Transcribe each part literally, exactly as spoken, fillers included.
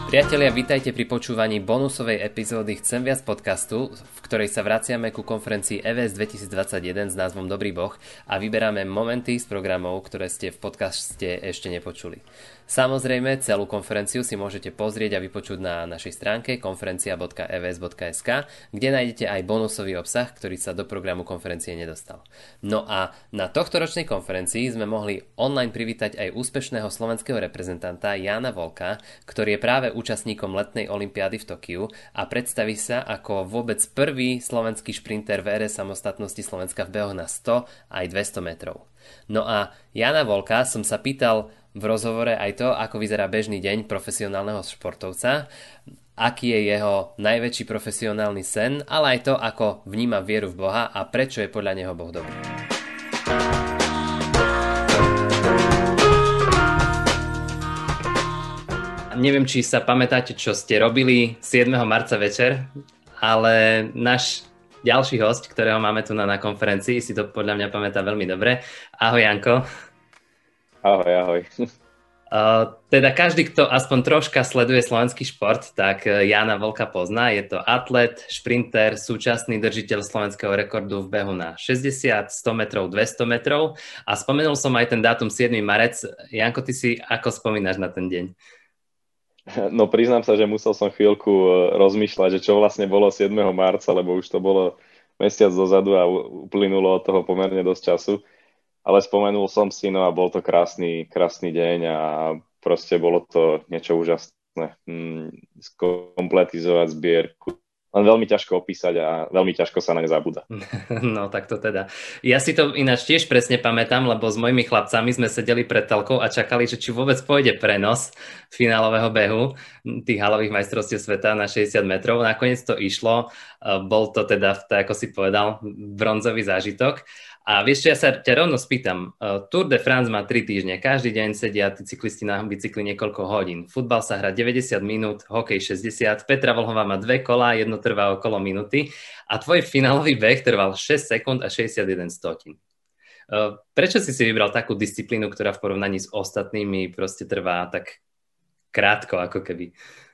Priatelia, vítajte pri počúvaní bonusovej epizódy Chcem viac podcastu, v ktorej sa vraciame ku konferencii é vé es dvetisícdvadsaťjeden s názvom Dobrý Boh a vyberáme momenty z programov, ktoré ste v podcaste ešte nepočuli. Samozrejme, celú konferenciu si môžete pozrieť a vypočuť na našej stránke konferencia bodka é vé es bodka es ká, kde nájdete aj bonusový obsah, ktorý sa do programu konferencie nedostal. No a na tohtoročnej konferencii sme mohli online privítať aj úspešného slovenského reprezentanta Jána Volka, ktorý je práve účastníkom letnej olympiády v Tokiu a predstaví sa ako vôbec prvý slovenský šprinter v ére samostatnosti Slovenska v behoch na sto aj dvesto metrov. No a Jána Volka som sa pýtal v rozhovore aj to, ako vyzerá bežný deň profesionálneho športovca, aký je jeho najväčší profesionálny sen, ale aj to, ako vníma vieru v Boha a prečo je podľa neho Boh dobrý. Neviem, či sa pamätáte, čo ste robili siedmeho marca večer, ale náš ďalší hosť, ktorého máme tu na, na konferencii, si to podľa mňa pamätá veľmi dobre. Ahoj, Janko. Ahoj, ahoj. Uh, teda každý, kto aspoň troška sleduje slovenský šport, tak Jána Volka pozná. Je to atlet, šprinter, súčasný držiteľ slovenského rekordu v behu na šesťdesiat, sto metrov, dvesto metrov. A spomenul som aj ten dátum siedmeho marca. Janko, ty si ako spomínaš na ten deň? No priznám sa, že musel som chvíľku rozmýšľať, že čo vlastne bolo siedmeho marca, lebo už to bolo mesiac dozadu a uplynulo od toho pomerne dosť času. Ale spomenul som si, no a bol to krásny, krásny deň a proste bolo to niečo úžasné. Hmm, skompletizovať zbierku. Len veľmi ťažko opísať a veľmi ťažko sa na ne zabúda. No tak to teda. Ja si to ináč tiež presne pamätám, lebo s mojimi chlapcami sme sedeli pred telkou a čakali, že či vôbec pôjde prenos finálového behu tých halových majstrovstiev sveta na šesťdesiat metrov. Nakoniec to išlo. Bol to teda, tak ako si povedal, bronzový zážitok. A vieš čo, ja sa ťa rovno spýtam. Tour de France má tri týždne. Každý deň sedia tí cyklisti na bicykli niekoľko hodín. Futbal sa hrá deväťdesiat minút, hokej šesťdesiat. Petra Vlhová má dve kolá, jedno trvá okolo minúty. A tvoj finálový beh trval šesť sekúnd a šesťdesiatjeden stotín. Prečo si si vybral takú disciplínu, ktorá v porovnaní s ostatnými proste trvá tak krátko, ako keby?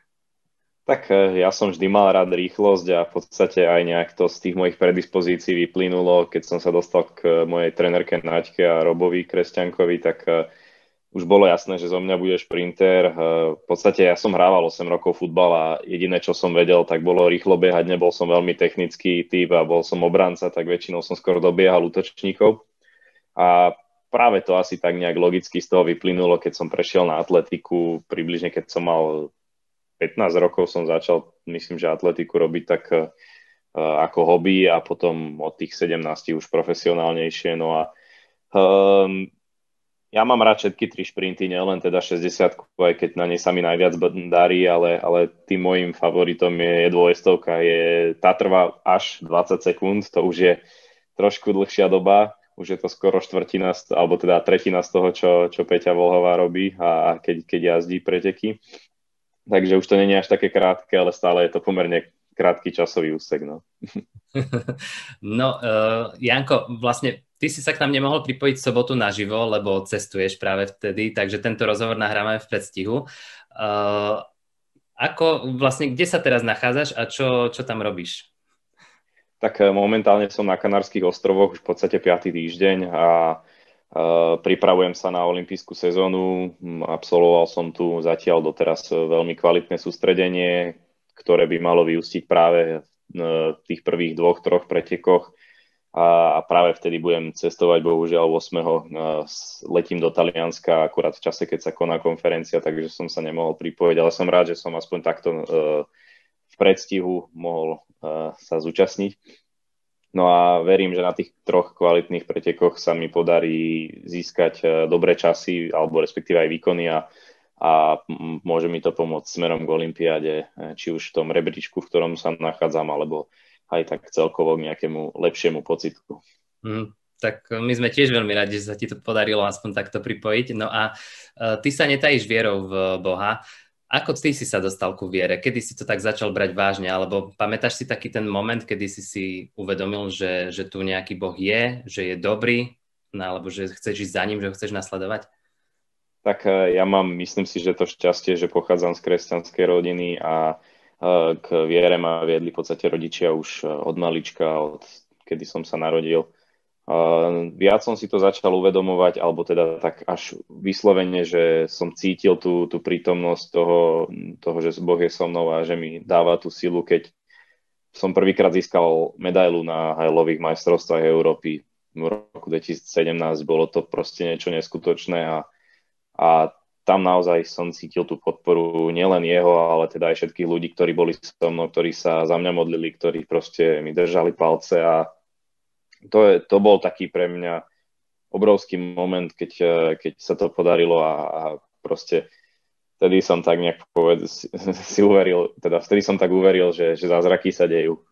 Tak ja som vždy mal rád rýchlosť a v podstate aj nejak to z tých mojich predispozícií vyplynulo, keď som sa dostal k mojej trénerke Naďke a Robovi Kresťankovi, tak už bolo jasné, že zo mňa bude šprinter. V podstate ja som hrával osem rokov futbal a jediné, čo som vedel, tak bolo rýchlo behať. Nebol som veľmi technický typ a bol som obranca, tak väčšinou som skoro dobiehal útočníkov. A práve to asi tak nejak logicky z toho vyplynulo, keď som prešiel na atletiku, približne keď som mal pätnásť rokov som začal, myslím, že atletiku robiť tak uh, ako hobby a potom od tých sedemnástich už profesionálnejšie. No a um, ja mám rád všetky tri šprinty, nielen teda šesťdesiatku, aj keď na nej sa mi najviac darí, ale, ale tým mojím favoritom je, je dvojstovka. Je, tá trvá až dvadsať sekúnd, to už je trošku dlhšia doba, už je to skoro štvrtina, alebo teda tretina z toho, čo, čo Peťa Vlhová robí a, a keď, keď jazdí preteky. Takže už to nie je až také krátke, ale stále je to pomerne krátky časový úsek. No, no uh, Janko, vlastne ty si sa k nám nemohol pripojiť v sobotu naživo, lebo cestuješ práve vtedy, takže tento rozhovor nahrávame v predstihu. Uh, ako vlastne, kde sa teraz nachádzaš a čo, čo tam robíš? Tak momentálne som na Kanárskych ostrovoch už v podstate piaty týždeň a Uh, pripravujem sa na olympijskú sezónu, absolvoval som tu zatiaľ doteraz veľmi kvalitné sústredenie, ktoré by malo vyústiť práve v tých prvých dvoch, troch pretekoch a, a práve vtedy budem cestovať, bohužiaľ ôsmeho letím do Talianska akurát v čase, keď sa koná konferencia, takže som sa nemohol pripojiť, ale som rád, že som aspoň takto uh, v predstihu mohol uh, sa zúčastniť. No a verím, že na tých troch kvalitných pretekoch sa mi podarí získať dobré časy, alebo respektíve aj výkony a, a môže mi to pomôcť smerom k olympiáde, či už v tom rebríčku, v ktorom sa nachádzam, alebo aj tak celkovo k nejakému lepšiemu pocitu. Mm, tak my sme tiež veľmi radi, že sa ti to podarilo aspoň takto pripojiť. No a uh, ty sa netajíš vierou v Boha. Ako ty si sa dostal ku viere? Kedy si to tak začal brať vážne? Alebo pamätáš si taký ten moment, kedy si si uvedomil, že, že tu nejaký Boh je, že je dobrý, no, alebo že chceš ísť za ním, že ho chceš nasledovať? Tak eh, ja mám, myslím si, že to šťastie, že pochádzam z kresťanskej rodiny a eh, k viere ma viedli v podstate rodičia už eh, od malička, od kedy som sa narodil. Uh, viac som si to začal uvedomovať, alebo teda tak až vyslovene, že som cítil tú, tú prítomnosť toho, toho, že Boh je so mnou a že mi dáva tú silu, keď som prvýkrát získal medailu na hajlových majstrovstvách Európy v roku dvetisícsedemnásť. Bolo to proste niečo neskutočné a, a tam naozaj som cítil tú podporu nielen jeho, ale teda aj všetkých ľudí, ktorí boli so mnou, ktorí sa za mňa modlili, ktorí proste mi držali palce a To, je, to bol taký pre mňa obrovský moment, keď, keď sa to podarilo a, a proste vtedy som tak nejak poved, si, si uveril, teda vtedy som tak uveril, že, že zázraky sa dejú.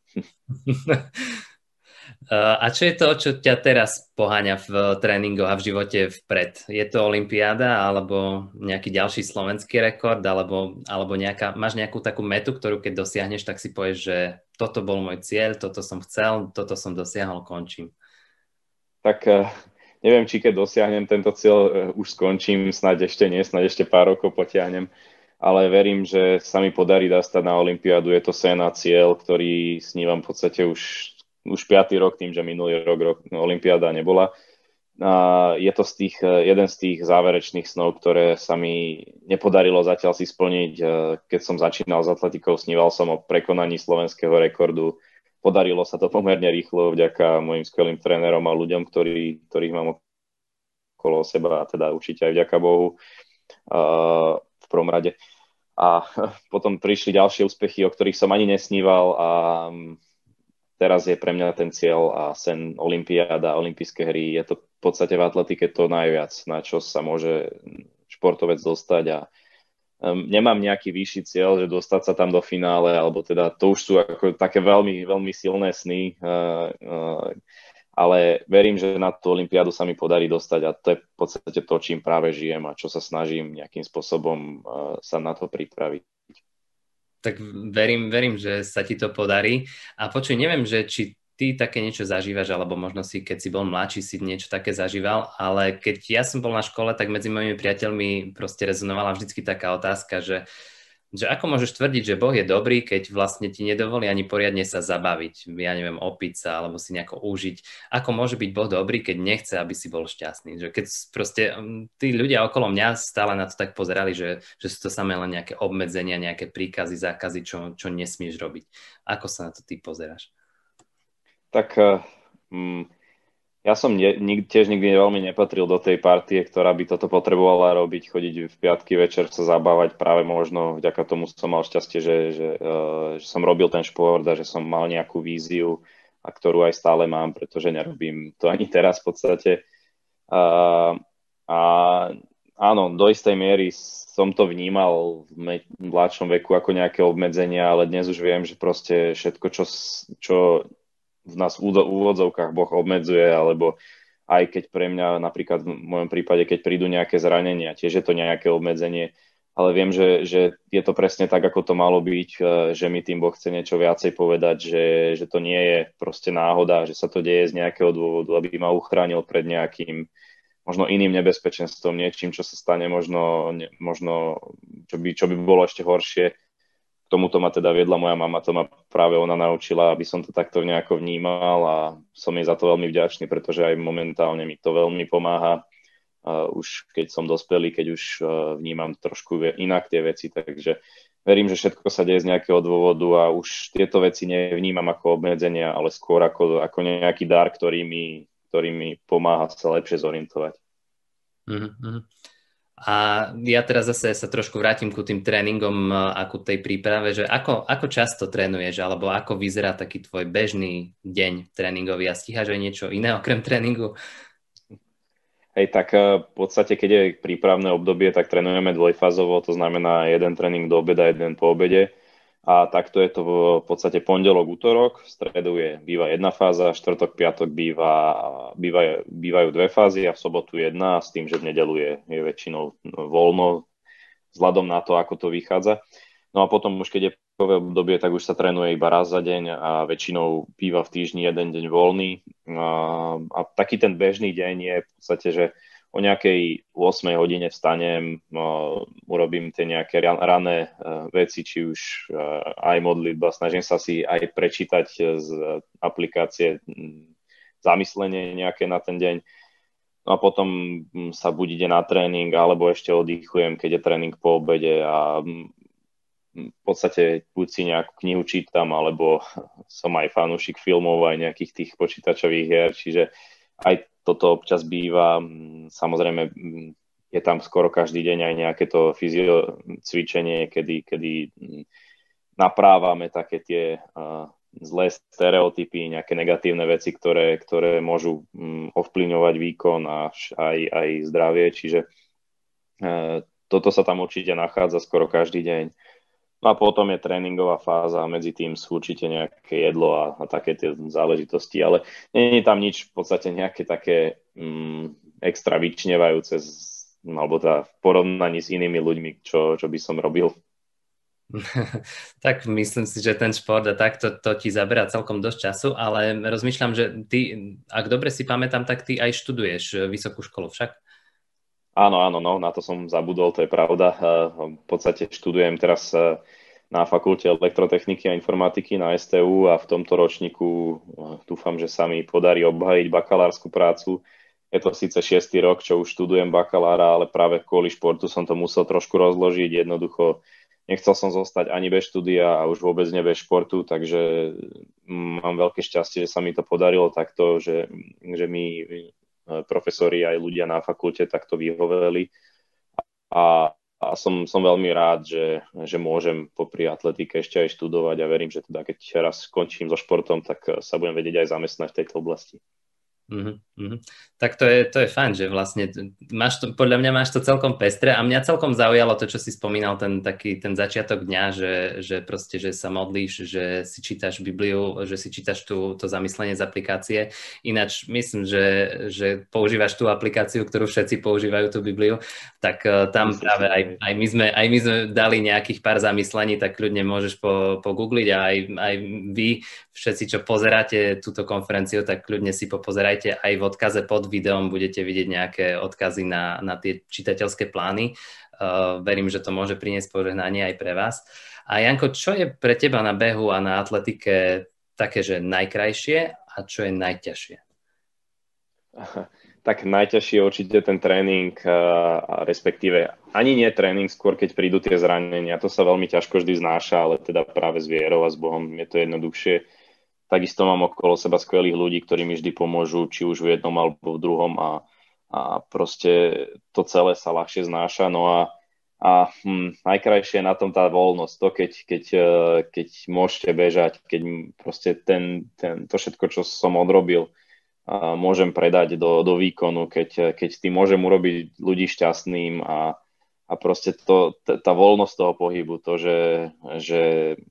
A čo je to, čo ťa teraz poháňa v tréningoch a v živote vpred? Je to olympiáda alebo nejaký ďalší slovenský rekord alebo, alebo nejaká, máš nejakú takú metu, ktorú keď dosiahneš, tak si povieš, že toto bol môj cieľ, toto som chcel, toto som dosiahol, končím. Tak neviem, či keď dosiahnem tento cieľ, už skončím, snáď ešte nie, snáď ešte pár rokov potiahnem, ale verím, že sa mi podarí dostať na olympiádu. Je to sen a cieľ, ktorý snívam v podstate už už piatý rok, tým, že minulý rok, rok olympiáda nebola. A je to z tých, jeden z tých záverečných snov, ktoré sa mi nepodarilo zatiaľ si splniť. Keď som začínal s atletikou, sníval som o prekonaní slovenského rekordu. Podarilo sa to pomerne rýchlo vďaka mojim skvelým trénerom a ľuďom, ktorí, ktorých mám okolo seba, a teda určite aj vďaka Bohu v prvom rade. A potom prišli ďalšie úspechy, o ktorých som ani nesníval a teraz je pre mňa ten cieľ a sen olympiáda, olympijské hry. Je to v podstate v atletike to najviac, na čo sa môže športovec dostať a um, nemám nejaký vyšší cieľ, že dostať sa tam do finále, alebo teda to už sú ako také veľmi, veľmi silné sny, uh, uh, ale verím, že na tú olympiádu sa mi podarí dostať a to je v podstate to, čím práve žijem a čo sa snažím nejakým spôsobom uh, sa na to pripraviť. Tak verím, verím, že sa ti to podarí. A počuj, neviem, že či ty také niečo zažívaš, alebo možno si, keď si bol mladší, si niečo také zažíval, ale keď ja som bol na škole, tak medzi mojimi priateľmi proste rezonovala vždycky taká otázka, že že ako môžeš tvrdiť, že Boh je dobrý, keď vlastne ti nedovolí ani poriadne sa zabaviť, ja neviem, opiť sa alebo si nejako užiť. Ako môže byť Boh dobrý, keď nechce, aby si bol šťastný? Že keď proste tí ľudia okolo mňa stále na to tak pozerali, že, že sú to samé len nejaké obmedzenia, nejaké príkazy, zákazy, čo, čo nesmieš robiť. Ako sa na to ty pozeráš? Tak um, ja som ne, nik, tiež nikdy veľmi nepatril do tej partie, ktorá by toto potrebovala robiť, chodiť v piatky večer sa zabávať. Práve možno vďaka tomu som mal šťastie, že, že, uh, že som robil ten šport a že som mal nejakú víziu, a ktorú aj stále mám, pretože nerobím to ani teraz v podstate. Uh, a áno, do istej miery som to vnímal v mladšom veku ako nejaké obmedzenia, ale dnes už viem, že proste všetko, čo, čo v nás v úvodzovkách Boh obmedzuje, alebo aj keď pre mňa, napríklad v mojom prípade, keď prídu nejaké zranenia, tiež je to nejaké obmedzenie, ale viem, že, že je to presne tak, ako to malo byť, že mi tým Boh chce niečo viacej povedať, že, že to nie je proste náhoda, že sa to deje z nejakého dôvodu, aby ma uchránil pred nejakým možno iným nebezpečenstvom, niečím, čo sa stane možno, možno čo, by, čo by bolo ešte horšie. K tomuto ma teda viedla moja mama, to ma práve ona naučila, aby som to takto nejako vnímal a som jej za to veľmi vďačný, pretože aj momentálne mi to veľmi pomáha. Uh, už keď som dospelý, keď už uh, vnímam trošku inak tie veci, takže verím, že všetko sa deje z nejakého dôvodu a už tieto veci nevnímam ako obmedzenia, ale skôr ako, ako nejaký dar, ktorý mi, ktorý mi pomáha sa lepšie zorientovať. Mm-hmm. A ja teraz zase sa trošku vrátim ku tým tréningom a ku tej príprave, že ako, ako často trénuješ, alebo ako vyzerá taký tvoj bežný deň tréningový a stíhaš aj niečo iné okrem tréningu? Hej, tak v podstate, keď je prípravné obdobie, tak trénujeme dvojfázovo, to znamená jeden tréning do obeda, jeden po obede. A takto je to v podstate pondelok, útorok, v stredu je, býva jedna fáza, štvrtok, piatok býva, býva, bývajú dve fázy a v sobotu jedna, s tým, že v nedeľu je, je väčšinou voľno, vzhľadom na to, ako to vychádza. No a potom už keď je prvé obdobie, tak už sa trénuje iba raz za deň a väčšinou býva v týždni jeden deň voľný. A, a taký ten bežný deň je v podstate, že o nejakej ôsmej hodine vstanem, urobím tie nejaké rané veci, či už aj modlitba, snažím sa si aj prečítať z aplikácie zamyslenie nejaké na ten deň. No a potom sa buď ide na tréning, alebo ešte oddychujem, keď je tréning po obede a v podstate buď si nejakú knihu čítam, alebo som aj fanúšik filmov, aj nejakých tých počítačových hier, čiže aj toto občas býva. Samozrejme je tam skoro každý deň aj nejaké to fyzio cvičenie, kedy, kedy naprávame také tie uh, zlé stereotypy, nejaké negatívne veci, ktoré, ktoré môžu um, ovplyvňovať výkon a aj, aj zdravie, čiže uh, toto sa tam určite nachádza skoro každý deň. No a potom je tréningová fáza a medzi tým sú určite nejaké jedlo a, a také tie záležitosti, ale nie je tam nič v podstate nejaké také um, extra vyčnevajúce z, alebo teda v porovnaní s inými ľuďmi, čo, čo by som robil. Tak myslím si, že ten šport a tak to, to ti zaberá celkom dosť času, ale rozmýšľam, že ty, ak dobre si pamätám, tak ty aj študuješ vysokú školu však? Áno, áno, no, na to som zabudol, to je pravda. V podstate študujem teraz na fakulte elektrotechniky a informatiky na es té ú a v tomto ročníku dúfam, že sa mi podarí obhájiť bakalársku prácu. Je to síce šiestý rok, čo už študujem bakalára, ale práve kvôli športu som to musel trošku rozložiť. Jednoducho nechcel som zostať ani bez štúdia a už vôbec nie bez športu, takže mám veľké šťastie, že sa mi to podarilo takto, že, že mi profesori aj ľudia na fakulte takto vyhoveli a, a som, som veľmi rád, že, že môžem popri atletike ešte aj študovať a verím, že teda keď raz skončím so športom, tak sa budem vedieť aj zamestnať v tejto oblasti. Mm-hmm. Tak to je, to je fajn, že vlastne máš to, podľa mňa máš to celkom pestré a mňa celkom zaujalo to, čo si spomínal, ten taký ten začiatok dňa, že, že proste, že sa modlíš, že si čítaš Bibliu, že si čítaš tú, to zamyslenie z aplikácie. Ináč myslím, že, že používaš tú aplikáciu, ktorú všetci používajú, tú Bibliu, tak uh, tam myslím, práve aj, aj, my sme, aj my sme dali nejakých pár zamyslení, tak ľudne môžeš po, pogoogliť a aj, aj vy všetci, čo pozeráte túto konferenciu, tak ľudne si popozerajte aj v odkaze pod videom, budete vidieť nejaké odkazy na, na tie čitateľské plány. Uh, verím, že to môže priniesť požehnanie aj pre vás. A Janko, čo je pre teba na behu a na atletike také, že najkrajšie a čo je najťažšie? Tak najťažšie je určite ten tréning, a respektíve ani nie tréning, skôr keď prídu tie zranenia. To sa veľmi ťažko vždy znáša, ale teda práve s vierou a s Bohom je to jednoduchšie. Takisto mám okolo seba skvelých ľudí, ktorí mi vždy pomôžu, či už v jednom alebo v druhom a, a proste to celé sa ľahšie znáša. No a, a hm, najkrajšie je na tom tá voľnosť, to keď, keď, keď môžete bežať, keď proste ten, ten, to všetko, čo som odrobil, a môžem predať do, do výkonu, keď, keď tým môžem urobiť ľudí šťastným a, a proste to, tá voľnosť toho pohybu, to, že, že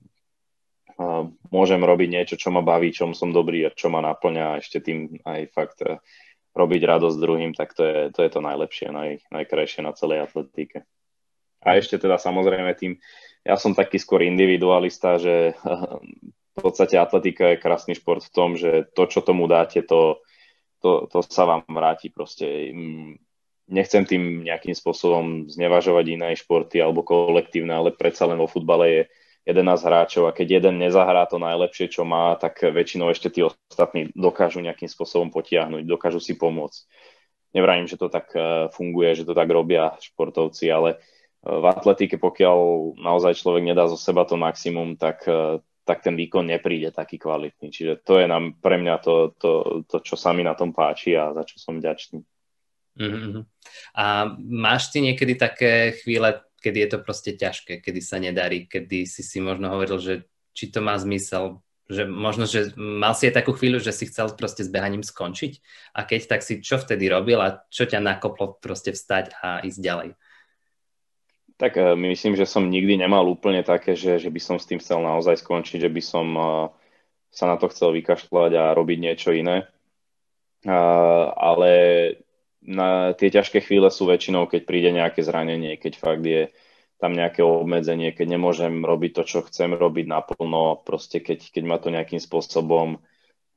môžem robiť niečo, čo ma baví, čom som dobrý a čo ma naplňa a ešte tým aj fakt robiť radosť druhým, tak to je to, je to najlepšie, naj, najkrajšie na celej atletike. A ešte teda samozrejme tým, ja som taký skôr individualista, že v podstate atletika je krásny šport v tom, že to, čo tomu dáte, to, to, to sa vám vráti proste. Nechcem tým nejakým spôsobom znevažovať iné športy alebo kolektívne, ale predsa len vo futbale je jedenásť hráčov a keď jeden nezahrá to najlepšie, čo má, tak väčšinou ešte tí ostatní dokážu nejakým spôsobom potiahnuť, dokážu si pomôcť. Nevrajím, že to tak funguje, že to tak robia športovci, ale v atletike, pokiaľ naozaj človek nedá zo seba to maximum, tak, tak ten výkon nepríde taký kvalitný. Čiže to je nám pre mňa to, to, to, čo sa mi na tom páči a za čo som vďačný. Mm-hmm. A máš ty niekedy také chvíle, kedy je to proste ťažké, kedy sa nedarí, kedy si si možno hovoril, že či to má zmysel, že možno, že mal si aj takú chvíľu, že si chcel proste s behaním skončiť a keď, tak si čo vtedy robil a čo ťa nakoplo proste vstať a ísť ďalej? Tak myslím, že som nikdy nemal úplne také, že, že by som s tým chcel naozaj skončiť, že by som sa na to chcel vykašľať a robiť niečo iné. Ale na tie ťažké chvíle sú väčšinou, keď príde nejaké zranenie, keď fakt je tam nejaké obmedzenie, keď nemôžem robiť to, čo chcem robiť naplno, proste keď, keď ma to nejakým spôsobom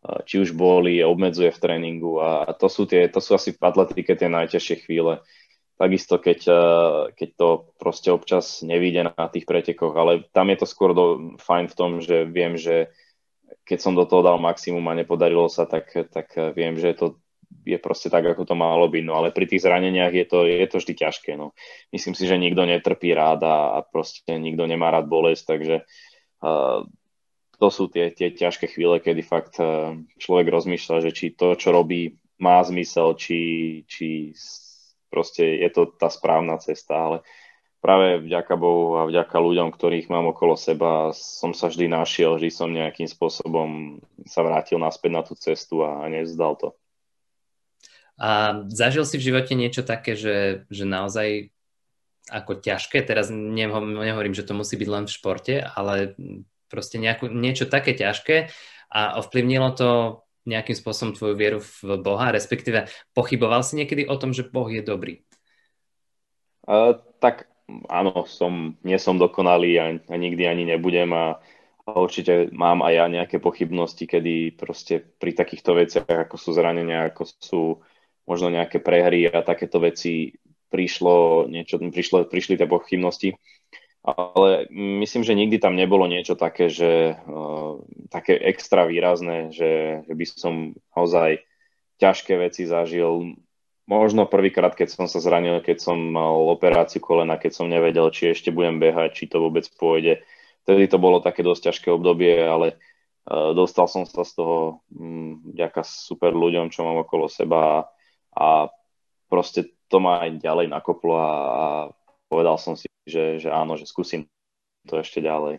či už boli, obmedzuje v tréningu a to sú, tie, to sú asi v atletike tie najťažšie chvíle. Takisto, keď, keď to proste občas nevíde na tých pretekoch, ale tam je to skôr do, fajn v tom, že viem, že keď som do toho dal maximum a nepodarilo sa, tak, tak viem, že to je proste tak, ako to malo byť. No ale pri tých zraneniach je to, je to vždy ťažké. No. Myslím si, že nikto netrpí rád a, a proste nikto nemá rád bolesť, takže uh, to sú tie, tie ťažké chvíle, kedy fakt uh, človek rozmýšľa, že či to, čo robí, má zmysel, či, či proste je to tá správna cesta, ale práve vďaka Bohu a vďaka ľuďom, ktorých mám okolo seba, som sa vždy našiel, vždy som nejakým spôsobom sa vrátil naspäť na tú cestu a nevzdal to. A zažil si v živote niečo také, že, že naozaj ako ťažké, teraz nehovorím, že to musí byť len v športe, ale proste nejakú, niečo také ťažké a ovplyvnilo to nejakým spôsobom tvoju vieru v Boha, respektíve pochyboval si niekedy o tom, že Boh je dobrý? Uh, tak áno, som, nie som dokonalý a, a nikdy ani nebudem a, a určite mám aj ja nejaké pochybnosti, kedy proste pri takýchto veciach, ako sú zranenia, ako sú možno nejaké prehry a takéto veci prišlo, niečo, prišlo, prišli tie pochybnosti. Ale myslím, že nikdy tam nebolo niečo také, že uh, také extra výrazné, že, že by som naozaj ťažké veci zažil. Možno prvýkrát, keď som sa zranil, keď som mal operáciu kolena, keď som nevedel, či ešte budem behať, či to vôbec pôjde. Vtedy to bolo také dosť ťažké obdobie, ale uh, dostal som sa z toho um, vďaka super ľuďom, čo mám okolo seba a proste to ma aj ďalej nakoplo a, a povedal som si, že, že áno, že skúsim to ešte ďalej.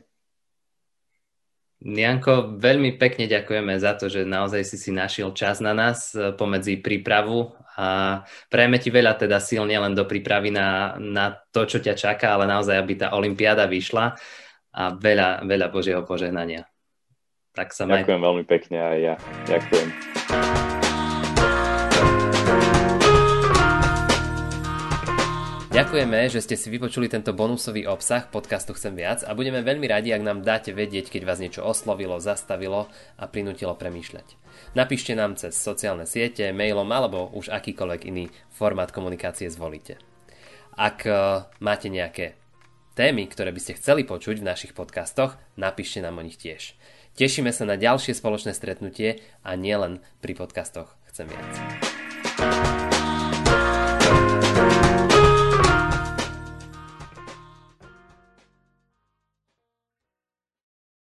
Janko, veľmi pekne ďakujeme za to, že naozaj si si našiel čas na nás pomedzi prípravu a prajeme ti veľa teda síl nielen do prípravy na, na to, čo ťa čaká, ale naozaj, aby tá olympiáda vyšla a veľa, veľa Božieho požehnania. Tak sa maj... Ďakujem veľmi pekne aj ja. Ďakujem. Ďakujeme, že ste si vypočuli tento bonusový obsah podcastu Chcem viac a budeme veľmi radi, ak nám dáte vedieť, keď vás niečo oslovilo, zastavilo a prinútilo premýšľať. Napíšte nám cez sociálne siete, mailom alebo už akýkoľvek iný formát komunikácie zvolíte. Ak uh, máte nejaké témy, ktoré by ste chceli počuť v našich podcastoch, napíšte nám o nich tiež. Tešíme sa na ďalšie spoločné stretnutie a nielen pri podcastoch Chcem viac.